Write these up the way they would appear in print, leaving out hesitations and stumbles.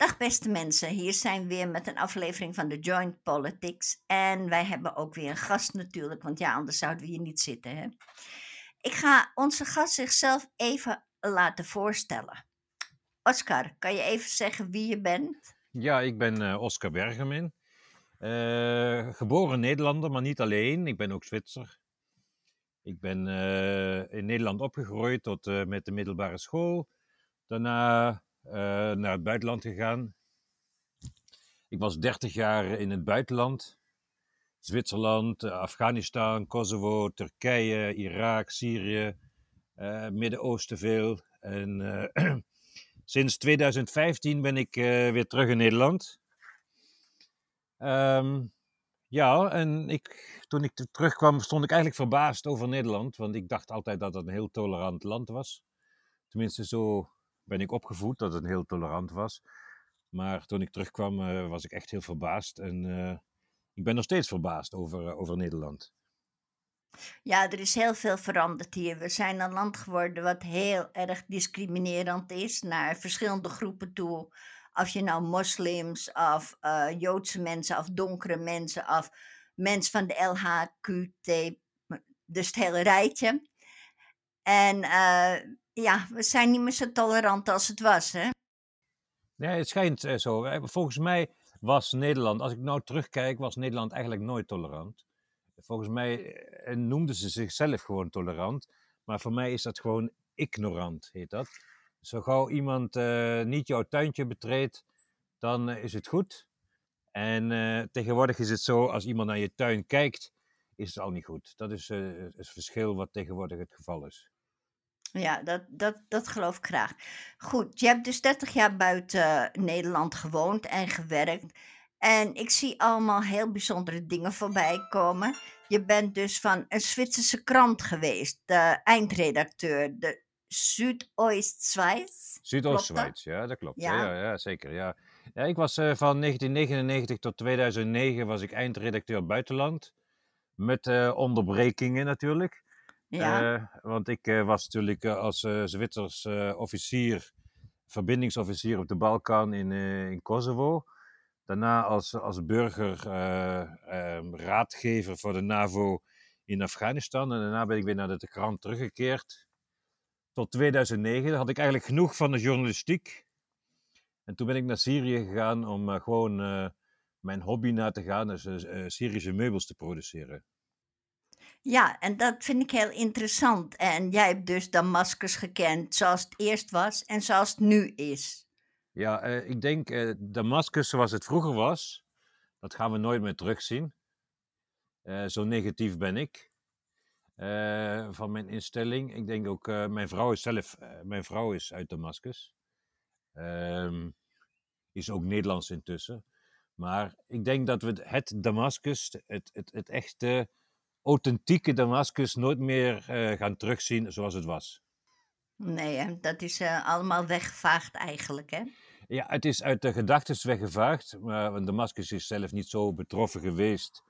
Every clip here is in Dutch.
Dag beste mensen, hier zijn we weer met een aflevering van The Joint Politics. En wij hebben ook weer een gast natuurlijk, want ja, anders zouden we hier niet zitten. Hè? Ik ga onze gast zichzelf even laten voorstellen. Oscar, kan je even zeggen wie je bent? Ja, ik ben Oscar Bergemin. Geboren Nederlander, maar niet alleen. Ik ben ook Zwitser. Ik ben in Nederland opgegroeid tot met de middelbare school. Daarna naar het buitenland gegaan. Ik was 30 jaar in het buitenland. Zwitserland, Afghanistan, Kosovo, Turkije, Irak, Syrië, Midden-Oosten veel. En sinds 2015 ben ik weer terug in Nederland. Ehm, Ja, en toen ik terugkwam, stond ik eigenlijk verbaasd over Nederland. Want ik dacht altijd dat het een heel tolerant land was. Tenminste, zo ben ik opgevoed, dat het een heel tolerant was. Maar toen ik terugkwam, was ik echt heel verbaasd. En ik ben nog steeds verbaasd over Nederland. Ja, er is heel veel veranderd hier. We zijn een land geworden wat heel erg discriminerend is naar verschillende groepen toe. Of je nou moslims, of Joodse mensen, of donkere mensen, of mensen van de LHQT, dus het hele rijtje. En ja, we zijn niet meer zo tolerant als het was, hè? Nee, het schijnt zo. Volgens mij was Nederland, als ik nou terugkijk, was Nederland eigenlijk nooit tolerant. Volgens mij noemden ze zichzelf gewoon tolerant. Maar voor mij is dat gewoon ignorant, heet dat. Zo gauw iemand niet jouw tuintje betreedt, dan is het goed. En tegenwoordig is het zo, als iemand naar je tuin kijkt, is het al niet goed. Dat is het verschil wat tegenwoordig het geval is. Ja, dat geloof ik graag. Goed, je hebt dus 30 jaar buiten Nederland gewoond en gewerkt. En ik zie allemaal heel bijzondere dingen voorbij komen. Je bent dus van een Zwitserse krant geweest, de eindredacteur, de Südoost-Schweiz. Klopt dat? Zuidoost-Schweiz, ja, dat klopt. Ja, Ja, ja, ja, zeker. Ja. Ja, ik was van 1999 tot 2009 was ik eindredacteur buitenland. Met onderbrekingen natuurlijk. ja. Want ik was natuurlijk als Zwitsers officier, verbindingsofficier op de Balkan in Kosovo. Daarna als burger raadgever voor de NAVO in Afghanistan. En daarna ben ik weer naar de krant teruggekeerd. Tot 2009 had ik eigenlijk genoeg van de journalistiek. En toen ben ik naar Syrië gegaan om gewoon mijn hobby na te gaan, dus Syrische meubels te produceren. Ja, en dat vind ik heel interessant. En jij hebt dus Damascus gekend zoals het eerst was en zoals het nu is. Ja, ik denk Damascus zoals het vroeger was, dat gaan we nooit meer terugzien. Zo negatief ben ik van mijn instelling. Ik denk ook, mijn vrouw is uit Damascus. Ehm, is ook Nederlands intussen. Maar ik denk dat we het Damascus, het echte, authentieke Damascus, nooit meer gaan terugzien zoals het was. Nee, hè, dat is allemaal weggevaagd eigenlijk, hè? Ja, het is uit de gedachtes weggevaagd, maar want Damascus is zelf niet zo betroffen geweest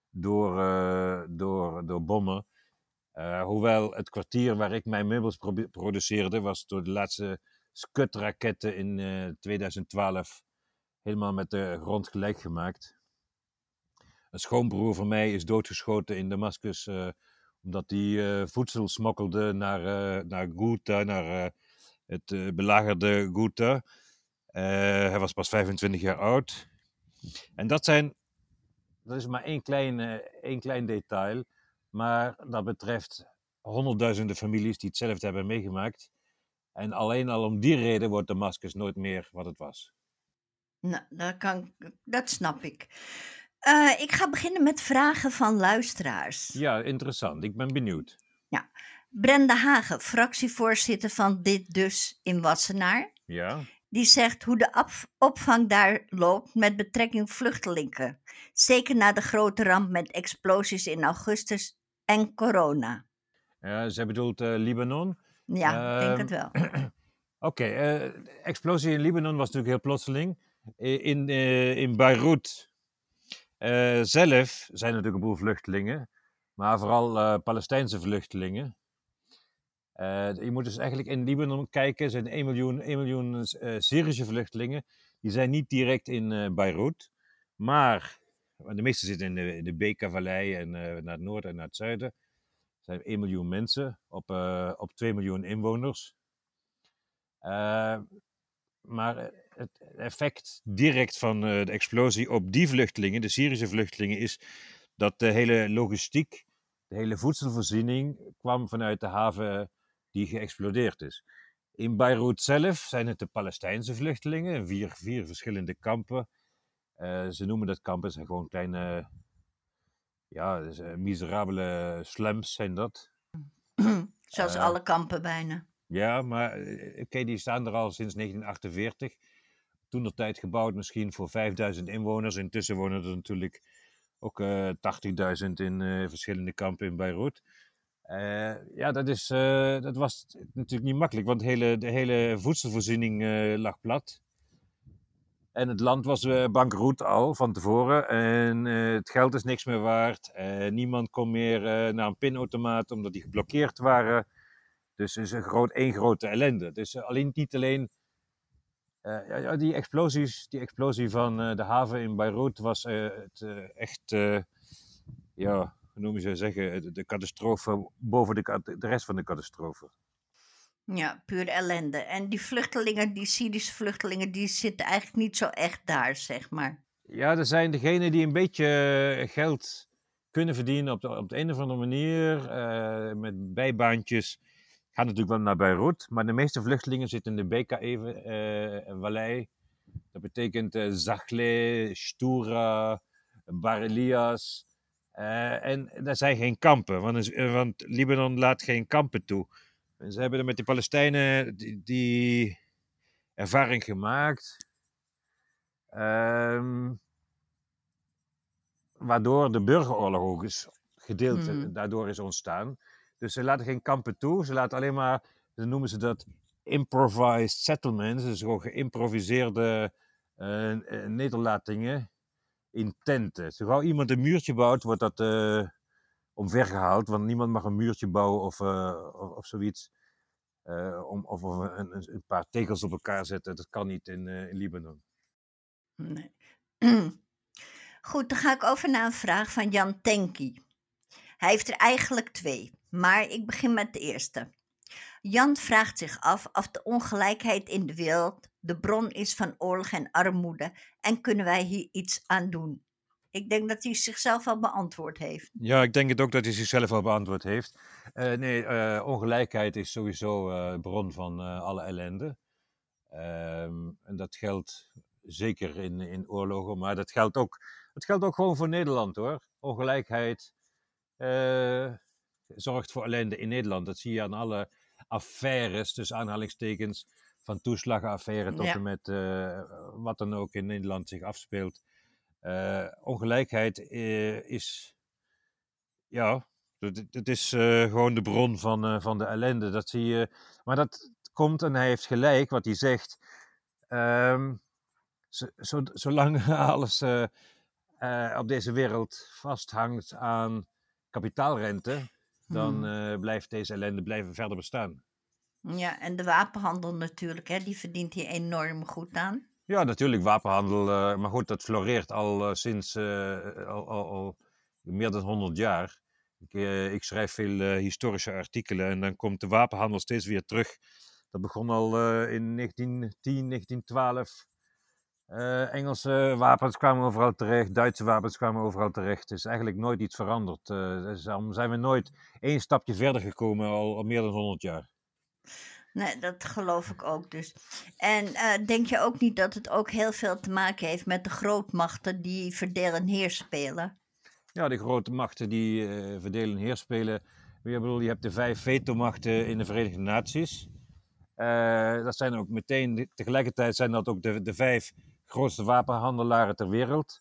door bommen. Hoewel het kwartier waar ik mijn meubels produceerde, was door de laatste Scud-raketten in 2012 helemaal met de grond gelijk gemaakt. Een schoonbroer van mij is doodgeschoten in Damascus omdat hij voedsel smokkelde naar Ghouta, naar het belagerde Ghouta. Hij was pas 25 jaar oud. En dat is maar één klein detail. Maar dat betreft honderdduizenden families die hetzelfde hebben meegemaakt. En alleen al om die reden wordt Damascus nooit meer wat het was. Nou, dat snap ik. Ik ga beginnen met vragen van luisteraars. Ja, interessant. Ik ben benieuwd. Ja. Brenda Hagen, fractievoorzitter van Dit Dus in Wassenaar, Ja? die zegt hoe de opvang daar loopt met betrekking vluchtelingen. Zeker na de grote ramp met explosies in augustus en corona. Zij bedoelt Libanon. Ja, ik denk Ehm, het wel. Oké, explosie in Libanon was natuurlijk heel plotseling. In Beirut zelf zijn natuurlijk een boel vluchtelingen, maar vooral Palestijnse vluchtelingen. Je moet dus eigenlijk in Libanon kijken, er zijn 1 miljoen Syrische vluchtelingen. Die zijn niet direct in Beirut, maar de meeste zitten in de Bekaa-vallei en naar het noorden en naar het zuiden. Er zijn 1 miljoen mensen op 2 miljoen inwoners. Uh, maar het effect direct van de explosie op die vluchtelingen, de Syrische vluchtelingen, is dat de hele logistiek, de hele voedselvoorziening kwam vanuit de haven die geëxplodeerd is. In Beirut zelf zijn het de Palestijnse vluchtelingen in vier verschillende kampen. Ze noemen dat kampen, zijn gewoon kleine, ja, miserabele slums zijn dat. Zoals alle kampen bijna. Ja, maar oké, die staan er al sinds 1948. Toentertijd gebouwd misschien voor 5000 inwoners. Intussen wonen er natuurlijk ook 80.000 in verschillende kampen in Beirut. Ja, dat was natuurlijk niet makkelijk, want de hele voedselvoorziening lag plat. En het land was bankroet al van tevoren. En het geld is niks meer waard. Niemand kon meer naar een pinautomaat omdat die geblokkeerd waren. Dus het is één grote ellende. Dus niet alleen die explosie van de haven in Beirut was echt, ja, hoe noem je ze zeggen, de catastrofe boven de rest van de catastrofe. Ja, puur ellende. En die vluchtelingen, die Syrische vluchtelingen, die zitten eigenlijk niet zo echt daar, zeg maar. Ja, er zijn degenen die een beetje geld kunnen verdienen op de een of andere manier, met bijbaantjes. Gaan natuurlijk wel naar Beirut, maar de meeste vluchtelingen zitten in de Bekaa-vallei. Dat betekent Zahle, Stura, Bar Elias. En daar zijn geen kampen, want Libanon laat geen kampen toe. En ze hebben er met de Palestijnen die ervaring gemaakt. Waardoor de burgeroorlog ook gedeelte daardoor is ontstaan. Dus ze laten geen kampen toe, ze laten alleen maar, dan noemen ze dat improvised settlements, dus gewoon geïmproviseerde nederlatingen in tenten. Zo gauw iemand een muurtje bouwt, wordt dat omvergehaald, want niemand mag een muurtje bouwen of zoiets. Of een paar tegels op elkaar zetten, dat kan niet in Libanon. Nee. Goed, dan ga ik over naar een vraag van Jan Tenki. Hij heeft er eigenlijk 2, maar ik begin met de eerste. Jan vraagt zich af of de ongelijkheid in de wereld de bron is van oorlog en armoede en kunnen wij hier iets aan doen? Ik denk dat hij zichzelf al beantwoord heeft. Ja, ik denk het ook dat hij zichzelf al beantwoord heeft. Ongelijkheid is sowieso bron van alle ellende. En dat geldt zeker in oorlogen, maar dat geldt ook gewoon voor Nederland hoor. Ongelijkheid zorgt voor ellende in Nederland. Dat zie je aan alle affaires, dus aanhalingstekens, van toeslagenaffaire tot en Ja, met wat dan ook in Nederland zich afspeelt. Ongelijkheid is, ja, dat is gewoon de bron van de ellende. Dat zie je. Maar dat komt, en hij heeft gelijk wat hij zegt. Zolang alles op deze wereld vasthangt aan kapitaalrente, dan blijft deze ellende blijven verder bestaan. ja, en de wapenhandel natuurlijk, hè, die verdient hier enorm goed aan. Ja, natuurlijk, wapenhandel, maar goed, dat floreert al sinds al meer dan 100 jaar. Ik schrijf veel historische artikelen en dan komt de wapenhandel steeds weer terug. Dat begon al in 1910, 1912. Engelse wapens kwamen overal terecht, Duitse wapens kwamen overal terecht. Het is eigenlijk nooit iets veranderd. Dus daarom zijn we nooit één stapje verder gekomen, al meer dan 100 jaar. Nee, dat geloof ik ook dus. En denk je ook niet dat het ook heel veel te maken heeft met de grootmachten die verdeel en heers spelen? Ja, de grote machten die verdelen en heers spelen. Ik bedoel, je hebt de 5 vetomachten in de Verenigde Naties. Dat zijn ook meteen, tegelijkertijd zijn dat ook de 5 grootste wapenhandelaren ter wereld.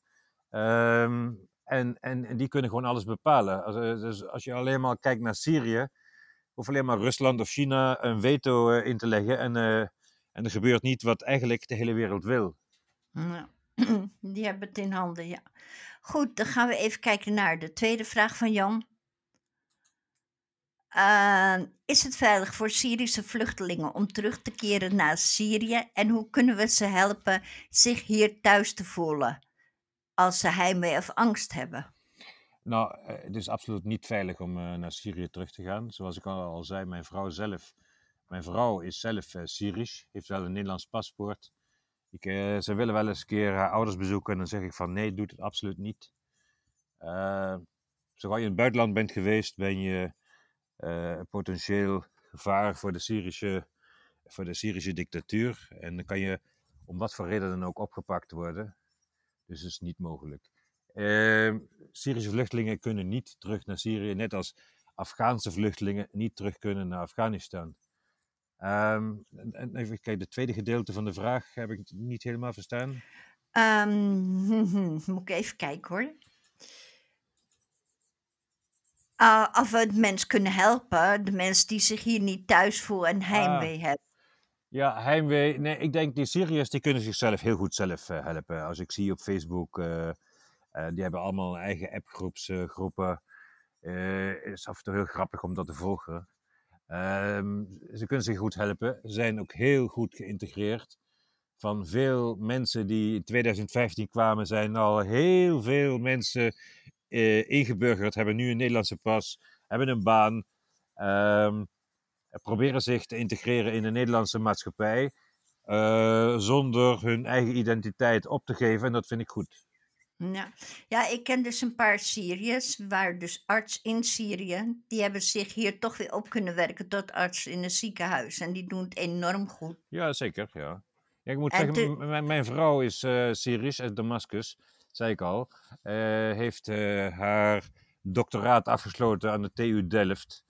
En die kunnen gewoon alles bepalen. Dus als je alleen maar kijkt naar Syrië, hoeft alleen maar Rusland of China een veto in te leggen. En er gebeurt niet wat eigenlijk de hele wereld wil. Ja. Die hebben het in handen, ja. Goed, dan gaan we even kijken naar de tweede vraag van Jan. Is het veilig voor Syrische vluchtelingen om terug te keren naar Syrië? En hoe kunnen we ze helpen zich hier thuis te voelen als ze heimwee of angst hebben? Nou, het is absoluut niet veilig om naar Syrië terug te gaan. Zoals ik al zei, mijn vrouw is zelf Syrisch, heeft wel een Nederlands paspoort. Ze willen wel eens een keer haar ouders bezoeken en dan zeg ik van nee, doe het absoluut niet. Uh, Zodra je in het buitenland bent geweest, ben je potentieel gevaar voor de Syrische dictatuur. En dan kan je om wat voor reden dan ook opgepakt worden. Dus dat is niet mogelijk. Syrische vluchtelingen kunnen niet terug naar Syrië, net als Afghaanse vluchtelingen niet terug kunnen naar Afghanistan. En even kijken, de tweede gedeelte van de vraag heb ik niet helemaal verstaan. Moet ik even kijken hoor. Of we het mens kunnen helpen, de mensen die zich hier niet thuis voelen en Ah, heimwee hebben. ja, heimwee. Nee, ik denk die Syriërs die kunnen zichzelf heel goed zelf helpen. Als ik zie op Facebook, die hebben allemaal eigen appgroepen. Het is af en toe heel grappig om dat te volgen. Ze kunnen zich goed helpen. Ze zijn ook heel goed geïntegreerd. Van veel mensen die in 2015 kwamen, zijn al heel veel mensen ingeburgerd, hebben nu een Nederlandse pas, hebben een baan, ehm, proberen zich te integreren in de Nederlandse maatschappij, zonder hun eigen identiteit op te geven. En dat vind ik goed. Ja. Ja, ik ken dus een paar Syriërs, waar dus arts in Syrië, die hebben zich hier toch weer op kunnen werken tot arts in een ziekenhuis. En die doen het enorm goed. Ja, zeker. Ja. Ja, ik moet En zeggen, mijn vrouw is Syrisch uit Damascus, zei ik al. Heeft haar doctoraat afgesloten aan de TU Delft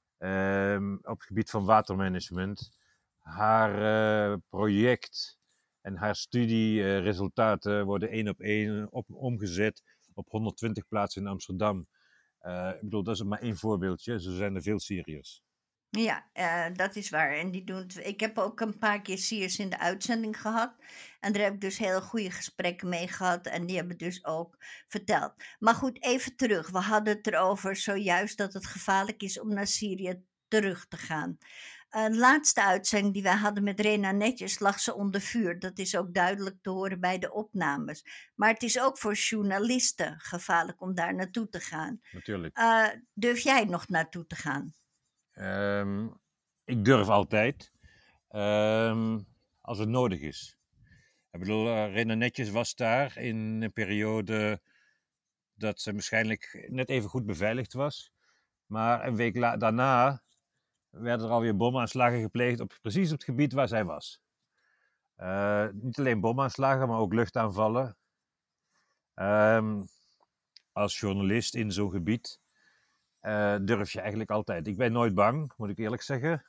op het gebied van watermanagement. Haar project en haar studieresultaten worden één op één omgezet op 120 plaatsen in Amsterdam. Ik bedoel, dat is maar één voorbeeldje. Zo zijn er veel Syriërs. ja, dat is waar. En die doen ik heb ook een paar keer Syriërs in de uitzending gehad. En daar heb ik dus hele goede gesprekken mee gehad. En die hebben dus ook verteld. Maar goed, even terug. We hadden het erover zojuist dat het gevaarlijk is om naar Syrië terug te gaan. De laatste uitzending die wij hadden met Rena Netjes lag ze onder vuur. Dat is ook duidelijk te horen bij de opnames. Maar het is ook voor journalisten gevaarlijk om daar naartoe te gaan. Natuurlijk. Durf jij nog naartoe te gaan? Ehm, ik durf altijd, ehm, als het nodig is. Ik bedoel, Rena Netjes was daar in een periode dat ze waarschijnlijk net even goed beveiligd was. Maar een week daarna werden er alweer bomaanslagen gepleegd op precies op het gebied waar zij was. Niet alleen bomaanslagen, maar ook luchtaanvallen. Ehm, als journalist in zo'n gebied durf je eigenlijk altijd. Ik ben nooit bang, moet ik eerlijk zeggen.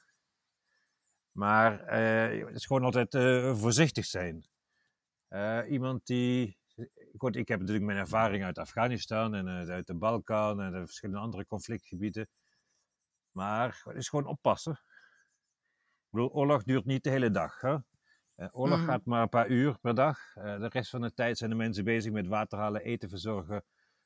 Maar het is gewoon altijd voorzichtig zijn. Iemand die. Goed, ik heb natuurlijk mijn ervaring uit Afghanistan en uit de Balkan en de verschillende andere conflictgebieden. Maar het is gewoon oppassen. Ik bedoel, oorlog duurt niet de hele dag. Hè? Oorlog Mhm. gaat maar een paar uur per dag. De rest van de tijd zijn de mensen bezig met water halen, eten verzorgen,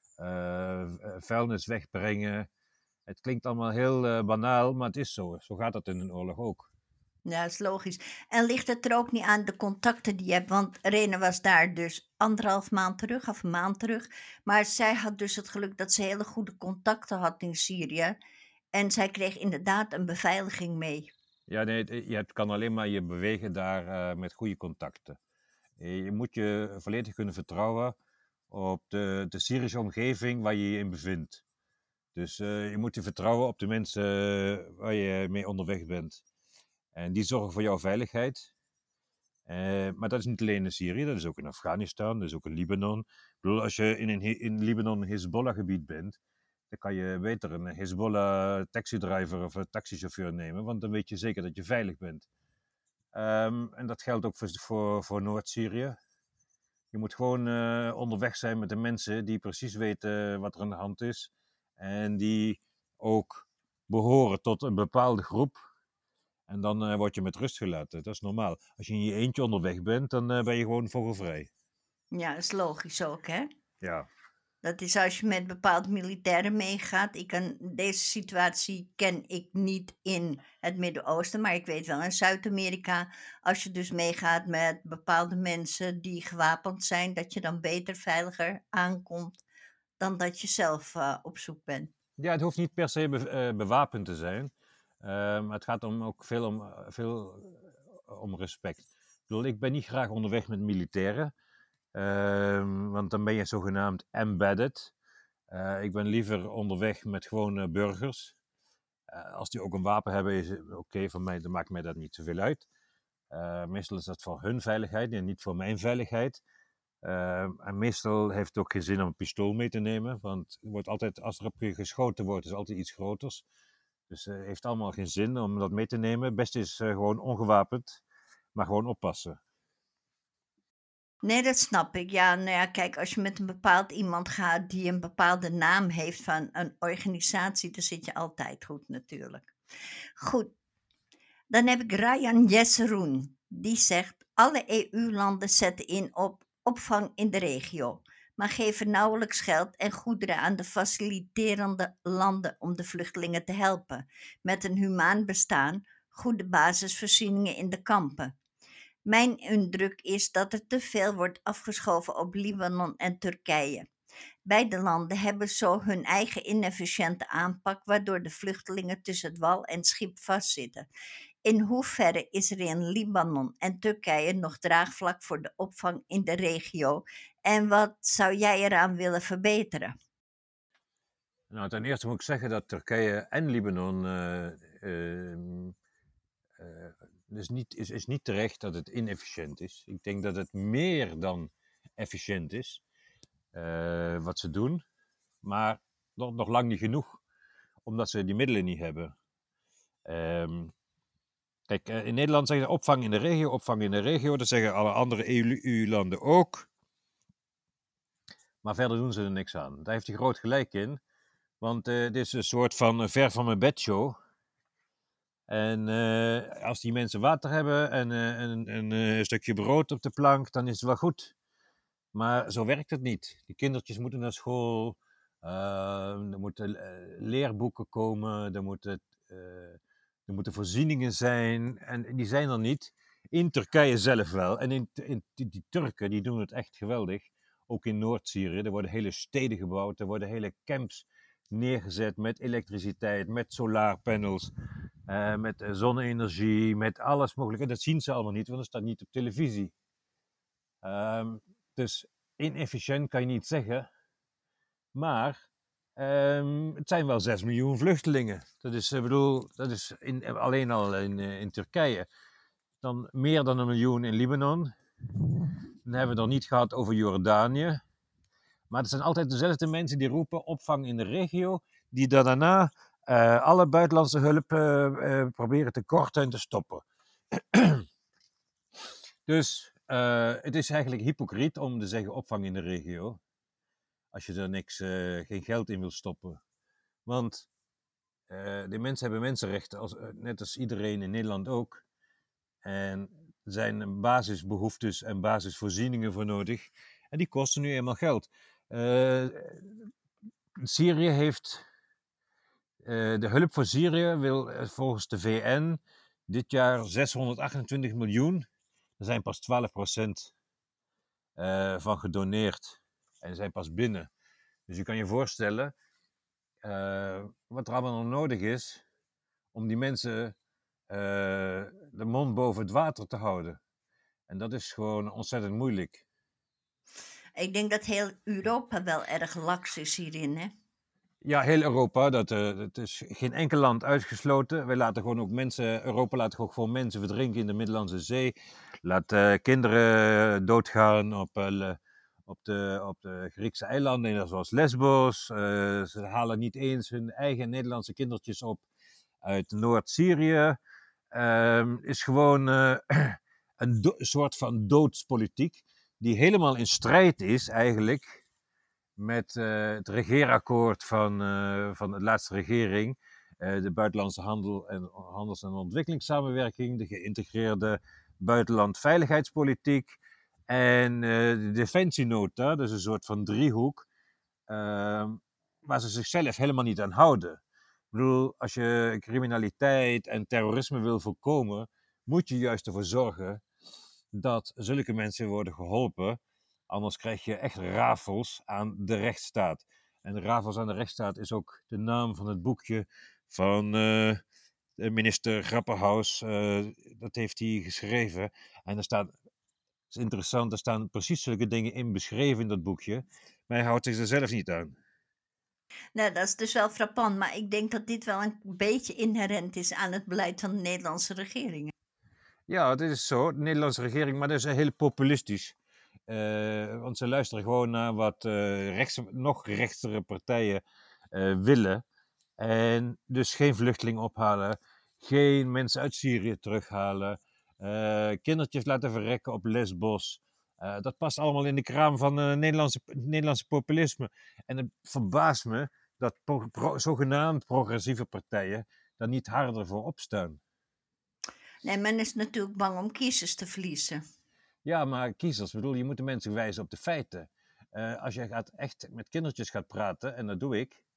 vuilnis wegbrengen. Het klinkt allemaal heel banaal, maar het is zo. Zo gaat dat in een oorlog ook. Ja, is logisch. En ligt het er ook niet aan de contacten die je hebt? Want Rene was daar dus 1,5 maand terug of een maand terug. Maar zij had dus het geluk dat ze hele goede contacten had in Syrië. En zij kreeg inderdaad een beveiliging mee. Ja, nee, je kan alleen maar je bewegen daar met goede contacten. Je moet je volledig kunnen vertrouwen op de Syrische omgeving waar je je in bevindt. Dus je moet je vertrouwen op de mensen waar je mee onderweg bent. En die zorgen voor jouw veiligheid. Maar dat is niet alleen in Syrië, dat is ook in Afghanistan, dat is ook in Libanon. Ik bedoel, als je in Libanon een Hezbollah-gebied bent, dan kan je beter een Hezbollah-taxidriver of een taxichauffeur nemen, want dan weet je zeker dat je veilig bent. En dat geldt ook voor Noord-Syrië. Je moet gewoon onderweg zijn met de mensen die precies weten wat er aan de hand is. En die ook behoren tot een bepaalde groep. En dan word je met rust gelaten. Dat is normaal. Als je in je eentje onderweg bent, dan ben je gewoon vogelvrij. Ja, is logisch ook, hè? Ja. Dat is als je met bepaalde militairen meegaat. Deze situatie ken ik niet in het Midden-Oosten, maar ik weet wel in Zuid-Amerika, als je dus meegaat met bepaalde mensen die gewapend zijn, dat je dan beter, veiliger aankomt dan dat je zelf op zoek bent. Ja, het hoeft niet per se bewapend te zijn. Maar het gaat ook veel om respect. Ik bedoel, ik ben niet graag onderweg met militairen. Want dan ben je zogenaamd embedded. Ik ben liever onderweg met gewone burgers. Als die ook een wapen hebben, is het oké voor mij, dan maakt mij dat niet zoveel uit. Meestal is dat voor hun veiligheid en niet voor mijn veiligheid. En meestal heeft het ook geen zin om een pistool mee te nemen, want er wordt altijd, als er op je geschoten wordt, is altijd iets groters. Dus het heeft allemaal geen zin om dat mee te nemen. Het beste is gewoon ongewapend, maar gewoon oppassen. Nee, dat snap ik. Ja, nou ja, kijk, als je met een bepaald iemand gaat die een bepaalde naam heeft van een organisatie, dan zit je altijd goed natuurlijk. Goed, dan heb ik Ryan Jesseroen. Die zegt: alle EU-landen zetten in op opvang in de regio, maar geven nauwelijks geld en goederen aan de faciliterende landen om de vluchtelingen te helpen met een humaan bestaan, goede basisvoorzieningen in de kampen. Mijn indruk is dat er te veel wordt afgeschoven op Libanon en Turkije. Beide landen hebben zo hun eigen inefficiënte aanpak, waardoor de vluchtelingen tussen het wal en het schip vastzitten. In hoeverre is er in Libanon en Turkije nog draagvlak voor de opvang in de regio? En wat zou jij eraan willen verbeteren? Nou, ten eerste moet ik zeggen dat Turkije en Libanon is niet terecht dat het inefficiënt is. Ik denk dat het meer dan efficiënt is wat ze doen, maar nog lang niet genoeg, omdat ze die middelen niet hebben. Ehm, Kijk, in Nederland zeggen ze opvang in de regio, opvang in de regio. Dat zeggen alle andere EU-landen ook. Maar verder doen ze er niks aan. Daar heeft hij groot gelijk in. Want dit is een soort van ver van mijn bedshow. En als die mensen water hebben en een stukje brood op de plank, dan is het wel goed. Maar zo werkt het niet. Die kindertjes moeten naar school. Er moeten leerboeken komen. Er moeten voorzieningen zijn. En die zijn er niet. In Turkije zelf wel. En die Turken die doen het echt geweldig. Ook in Noord-Syrië. Er worden hele steden gebouwd. Er worden hele camps neergezet met elektriciteit, met solarpanels, met zonne-energie, met alles mogelijk. En dat zien ze allemaal niet, want dat staat niet op televisie. Dus inefficiënt kan je niet zeggen. Maar het zijn wel 6 miljoen vluchtelingen. Dat is, dat is alleen al in Turkije. Dan meer dan 1 miljoen in Libanon. Dan hebben we het nog niet gehad over Jordanië. Maar het zijn altijd dezelfde mensen die roepen opvang in de regio, die daarna alle buitenlandse hulp proberen te korten en te stoppen. Dus het is eigenlijk hypocriet om te zeggen opvang in de regio, als je er geen geld in wil stoppen. Want de mensen hebben mensenrechten, net als iedereen in Nederland ook. En er zijn basisbehoeftes en basisvoorzieningen voor nodig. En die kosten nu eenmaal geld. Syrië heeft. De hulp voor Syrië wil volgens de VN dit jaar 628 miljoen. Er zijn pas 12% van gedoneerd. En zijn pas binnen. Dus je kan je voorstellen wat er allemaal nog nodig is om die mensen de mond boven het water te houden. En dat is gewoon ontzettend moeilijk. Ik denk dat heel Europa wel erg laks is hierin, hè? Ja, heel Europa. Dat is geen enkel land uitgesloten. Wij laten gewoon ook Europa laat ook gewoon mensen verdrinken in de Middellandse Zee. Laat kinderen doodgaan op de Griekse eilanden, zoals Lesbos. Ze halen niet eens hun eigen Nederlandse kindertjes op uit Noord-Syrië. Is gewoon een soort van doodspolitiek die helemaal in strijd is eigenlijk met het regeerakkoord van de laatste regering, de buitenlandse handels- en ontwikkelingssamenwerking, de geïntegreerde buitenland-veiligheidspolitiek en de defensienota, dus een soort van driehoek, ehm, waar ze zichzelf helemaal niet aan houden. Ik bedoel, als je criminaliteit en terrorisme wil voorkomen, moet je juist ervoor zorgen dat zulke mensen worden geholpen. Anders krijg je echt rafels aan de rechtsstaat. En rafels aan de rechtsstaat is ook de naam van het boekje van de minister Grapperhaus. Dat heeft hij geschreven. En er staat, het is interessant, er staan precies zulke dingen in beschreven in dat boekje. Maar hij houdt zich er zelf niet aan. Nou, dat is dus wel frappant, maar ik denk dat dit wel een beetje inherent is aan het beleid van de Nederlandse regeringen. Ja, dit is zo. De Nederlandse regering, maar dat is heel populistisch. Want ze luisteren gewoon naar wat nog rechtsere partijen willen. En dus geen vluchtelingen ophalen, geen mensen uit Syrië terughalen, kindertjes laten verrekken op Lesbos. Dat past allemaal in de kraam van Nederlandse populisme. En het verbaast me dat zogenaamd progressieve partijen daar niet harder voor opstaan. Nee, men is natuurlijk bang om kiezers te verliezen. Ja, maar kiezers, bedoel, je moet de mensen wijzen op de feiten. Als je echt met kindertjes gaat praten, en dat doe ik,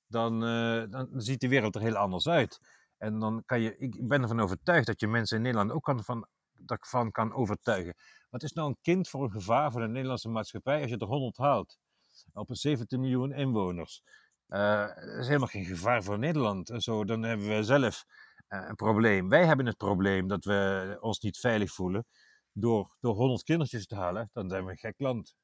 dan ziet de wereld er heel anders uit. En dan kan je, ik ben ervan overtuigd dat je mensen in Nederland ook van kan overtuigen. Wat is nou een kind voor een gevaar voor de Nederlandse maatschappij als je er 100 haalt? Op een 17 miljoen inwoners. Dat is helemaal geen gevaar voor Nederland. En zo, dan hebben we zelf een probleem. Wij hebben het probleem dat we ons niet veilig voelen door 100 kindertjes te halen. Dan zijn we een gek land.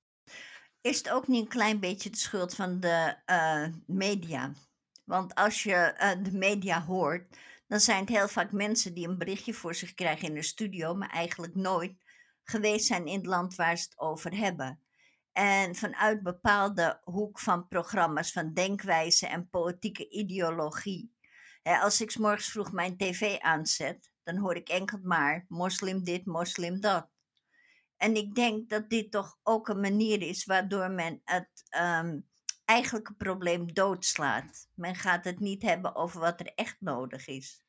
Is het ook niet een klein beetje de schuld van de media? Want als je de media hoort, dan zijn het heel vaak mensen die een berichtje voor zich krijgen in de studio, maar eigenlijk nooit geweest zijn in het land waar ze het over hebben. En vanuit bepaalde hoek van programma's, van denkwijze en politieke ideologie. Hè, als ik 's morgens vroeg mijn tv aanzet, dan hoor ik enkel maar moslim dit, moslim dat. En ik denk dat dit toch ook een manier is waardoor men het eigenlijke probleem doodslaat. Men gaat het niet hebben over wat er echt nodig is.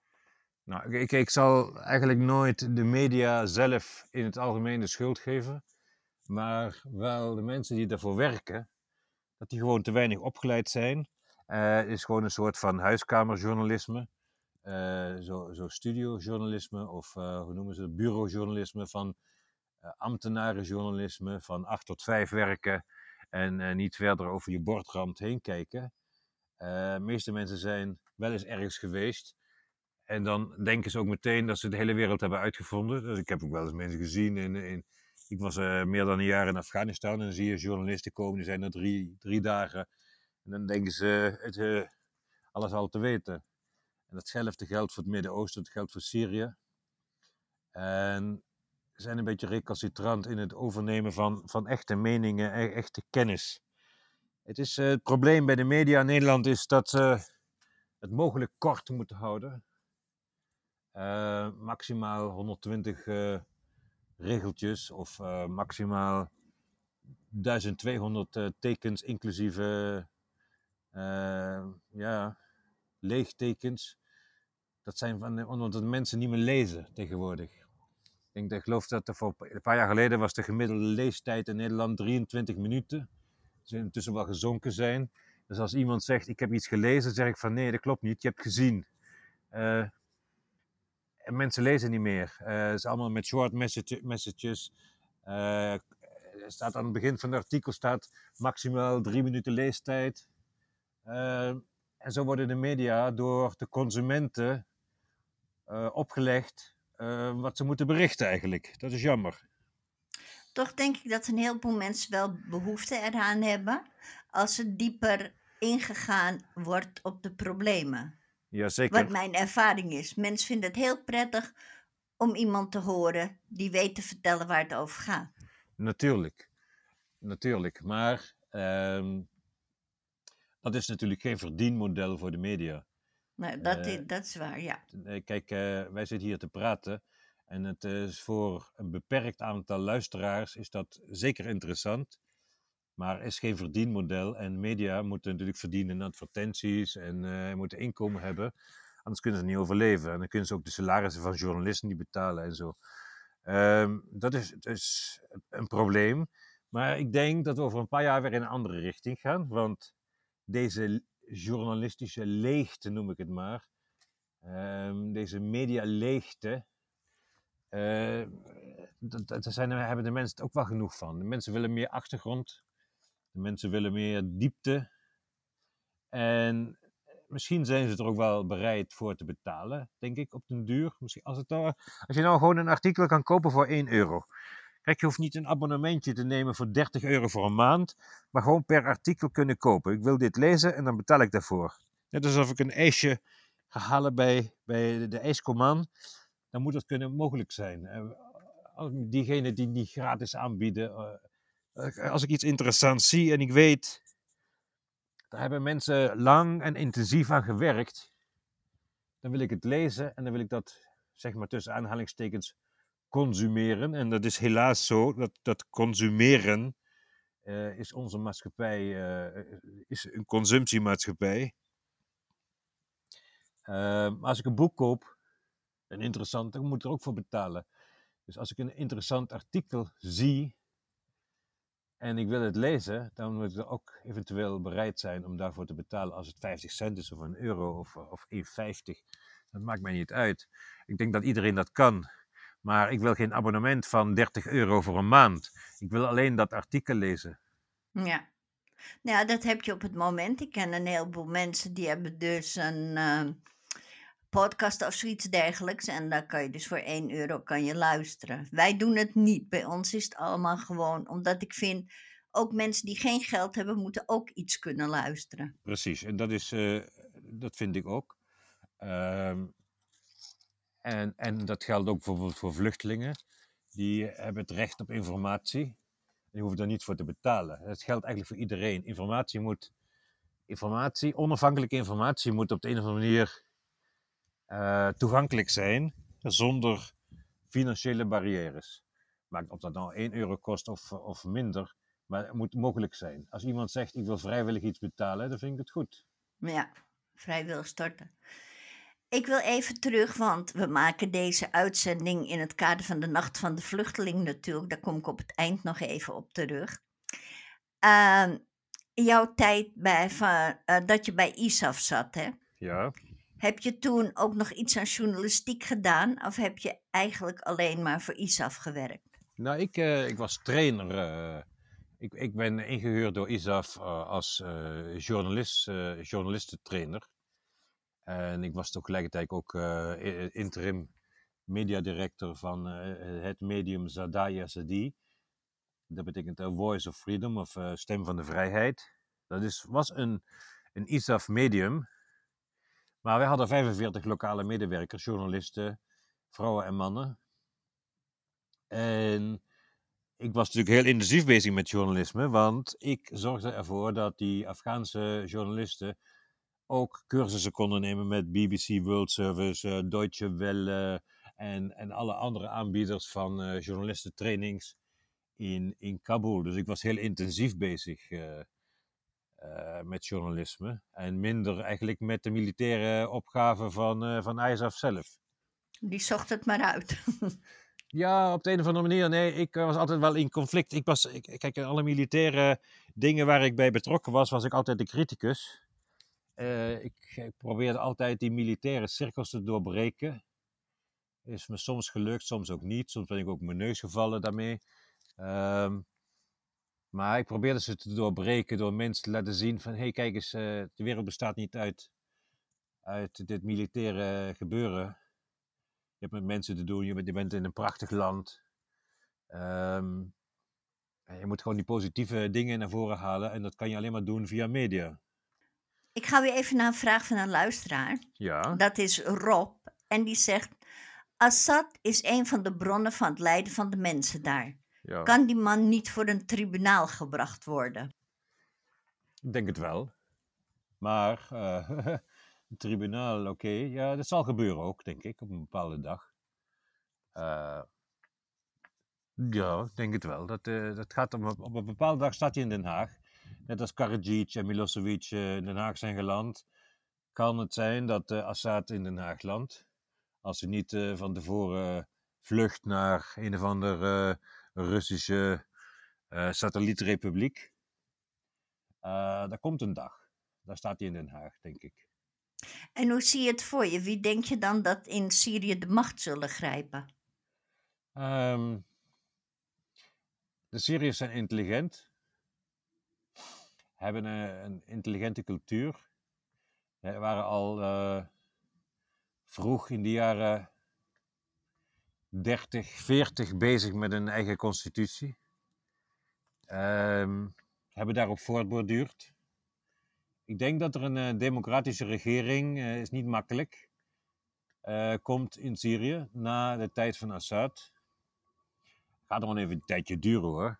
Nou, ik zal eigenlijk nooit de media zelf in het algemeen de schuld geven, maar wel de mensen die daarvoor werken, dat die gewoon te weinig opgeleid zijn. Het is gewoon een soort van huiskamerjournalisme, zo studiojournalisme of hoe noemen ze het, bureaujournalisme van ambtenarenjournalisme, van 8 tot 5 werken en niet verder over je bordrand heen kijken. De meeste mensen zijn wel eens ergens geweest. En dan denken ze ook meteen dat ze de hele wereld hebben uitgevonden. Dus ik heb ook wel eens mensen gezien. Ik was meer dan een jaar in Afghanistan. En dan zie je journalisten komen, die zijn er drie dagen. En dan denken ze alles al te weten. En datzelfde geldt voor het Midden-Oosten, dat geldt voor Syrië. En ze zijn een beetje recalcitrant in het overnemen van echte meningen, echte kennis. Het probleem bij de media in Nederland is dat ze het mogelijk kort moeten houden. Maximaal 120 regeltjes of maximaal 1200 tekens inclusief ja, leegtekens. Dat zijn omdat de mensen niet meer lezen tegenwoordig. Ik geloof dat er voor een paar jaar geleden was de gemiddelde leestijd in Nederland 23 minuten. Ze intussen wel gezonken zijn. Dus als iemand zegt, ik heb iets gelezen, zeg ik van nee, dat klopt niet, je hebt gezien. En mensen lezen niet meer. Het is allemaal met short messages. Staat aan het begin van het artikel staat maximaal 3 minuten leestijd. En zo worden de media door de consumenten opgelegd wat ze moeten berichten eigenlijk. Dat is jammer. Toch denk ik dat een heleboel mensen wel behoefte eraan hebben als er dieper ingegaan wordt op de problemen. Wat Jazeker, mijn ervaring is. Mensen vinden het heel prettig om iemand te horen die weet te vertellen waar het over gaat. natuurlijk. Natuurlijk. Maar dat is natuurlijk geen verdienmodel voor de media. Nou, Eh, dat is waar, ja. Kijk, wij zitten hier te praten. En het is voor een beperkt aantal luisteraars is dat zeker interessant. Maar is geen verdienmodel. En media moeten natuurlijk verdienen in advertenties en moeten inkomen hebben. Anders kunnen ze niet overleven. En dan kunnen ze ook de salarissen van journalisten niet betalen en zo. Dat is een probleem. Maar ik denk dat we over een paar jaar weer in een andere richting gaan. Want deze journalistische leegte, noem ik het maar. Deze medialeegte. Daar hebben de mensen het ook wel genoeg van. De mensen willen meer achtergrond. De mensen willen meer diepte. En misschien zijn ze er ook wel bereid voor te betalen, denk ik, op den duur. Misschien als je nou gewoon een artikel kan kopen voor 1 euro. Kijk, je hoeft niet een abonnementje te nemen voor 30 euro voor een maand, maar gewoon per artikel kunnen kopen. Ik wil dit lezen en dan betaal ik daarvoor. Net alsof ik een ijsje ga halen bij de ijskoman, dan moet dat kunnen mogelijk zijn. Diegenen die niet gratis aanbieden, als ik iets interessants zie en ik weet, daar hebben mensen lang en intensief aan gewerkt, dan wil ik het lezen en dan wil ik dat, zeg maar tussen aanhalingstekens, consumeren. En dat is helaas zo, dat consumeren is onze maatschappij, is een consumptiemaatschappij. Maar als ik een boek koop, een interessant, dan moet ik er ook voor betalen. Dus als ik een interessant artikel zie en ik wil het lezen, dan moet ik er ook eventueel bereid zijn om daarvoor te betalen als het 50 cent is of een euro of 1,50. Dat maakt mij niet uit. Ik denk dat iedereen dat kan. Maar ik wil geen abonnement van 30 euro voor een maand. Ik wil alleen dat artikel lezen. Ja. Nou ja, dat heb je op het moment. Ik ken een heleboel mensen die hebben dus een podcast of zoiets dergelijks. En daar kan je dus voor 1 euro kan je luisteren. Wij doen het niet. Bij ons is het allemaal gewoon, omdat ik vind, ook mensen die geen geld hebben, moeten ook iets kunnen luisteren. Precies, en dat vind ik ook. Ehm, en dat geldt ook bijvoorbeeld voor vluchtelingen. Die hebben het recht op informatie. Die hoeven daar niet voor te betalen. Dat geldt eigenlijk voor iedereen. Onafhankelijke informatie moet op de een of andere manier toegankelijk zijn, zonder financiële barrières. Maar of dat nou 1 euro kost of minder, maar het moet mogelijk zijn. Als iemand zegt, ik wil vrijwillig iets betalen, dan vind ik het goed. Maar ja, vrijwillig storten. Ik wil even terug, want we maken deze uitzending in het kader van de Nacht van de Vluchteling natuurlijk. Daar kom ik op het eind nog even op terug. Ehm, Jouw tijd dat je bij ISAF zat, hè? Ja. Heb je toen ook nog iets aan journalistiek gedaan? Of heb je eigenlijk alleen maar voor ISAF gewerkt? Nou, ik was trainer. Ik ben ingehuurd door ISAF als journalistentrainer. En ik was tegelijkertijd ook interim mediadirector van het medium Zadaya Zadi. Dat betekent Voice of Freedom of Stem van de Vrijheid. Was een ISAF medium. Maar wij hadden 45 lokale medewerkers, journalisten, vrouwen en mannen. En ik was natuurlijk heel intensief bezig met journalisme, want ik zorgde ervoor dat die Afghaanse journalisten ook cursussen konden nemen met BBC World Service, Deutsche Welle en alle andere aanbieders van journalistentrainings in Kabul. Dus ik was heel intensief bezig met journalisme en minder eigenlijk met de militaire opgave van ISAF zelf. Die zocht het maar uit. Ja, op de een of andere manier. Nee, ik was altijd wel in conflict. Kijk, in alle militaire dingen waar ik bij betrokken was ik altijd de criticus. Ik probeerde altijd die militaire cirkels te doorbreken. Is me soms gelukt, soms ook niet. Soms ben ik ook op mijn neus gevallen daarmee. Maar ik probeerde ze te doorbreken door mensen te laten zien van... hey, kijk eens, de wereld bestaat niet uit dit militaire gebeuren. Je hebt met mensen te doen, je bent in een prachtig land. Je moet gewoon die positieve dingen naar voren halen en dat kan je alleen maar doen via media. Ik ga weer even naar een vraag van een luisteraar. Ja. Dat is Rob. En die zegt: Assad is een van de bronnen van het lijden van de mensen daar. Ja. Kan die man niet voor een tribunaal gebracht worden? Ik denk het wel. Maar een tribunaal, oké. Ja, dat zal gebeuren ook, denk ik, op een bepaalde dag. Ja, ik denk het wel. Dat gaat op een bepaalde dag staat hij in Den Haag. Net als Karadzic en Milosevic in Den Haag zijn geland. Kan het zijn dat Assad in Den Haag landt. Als hij niet van tevoren vlucht naar een of ander Russische Satellietrepubliek. Daar komt een dag. Daar staat hij in Den Haag, denk ik. En hoe zie je het voor je? Wie denk je dan dat in Syrië de macht zullen grijpen? Ehm, de Syriërs zijn intelligent, hebben een intelligente cultuur. Waren al vroeg in de jaren 30, 40 bezig met een eigen constitutie. Hebben daarop voortborduurd. Ik denk dat er een democratische regering, is niet makkelijk, komt in Syrië na de tijd van Assad. Gaat nog even een tijdje duren hoor.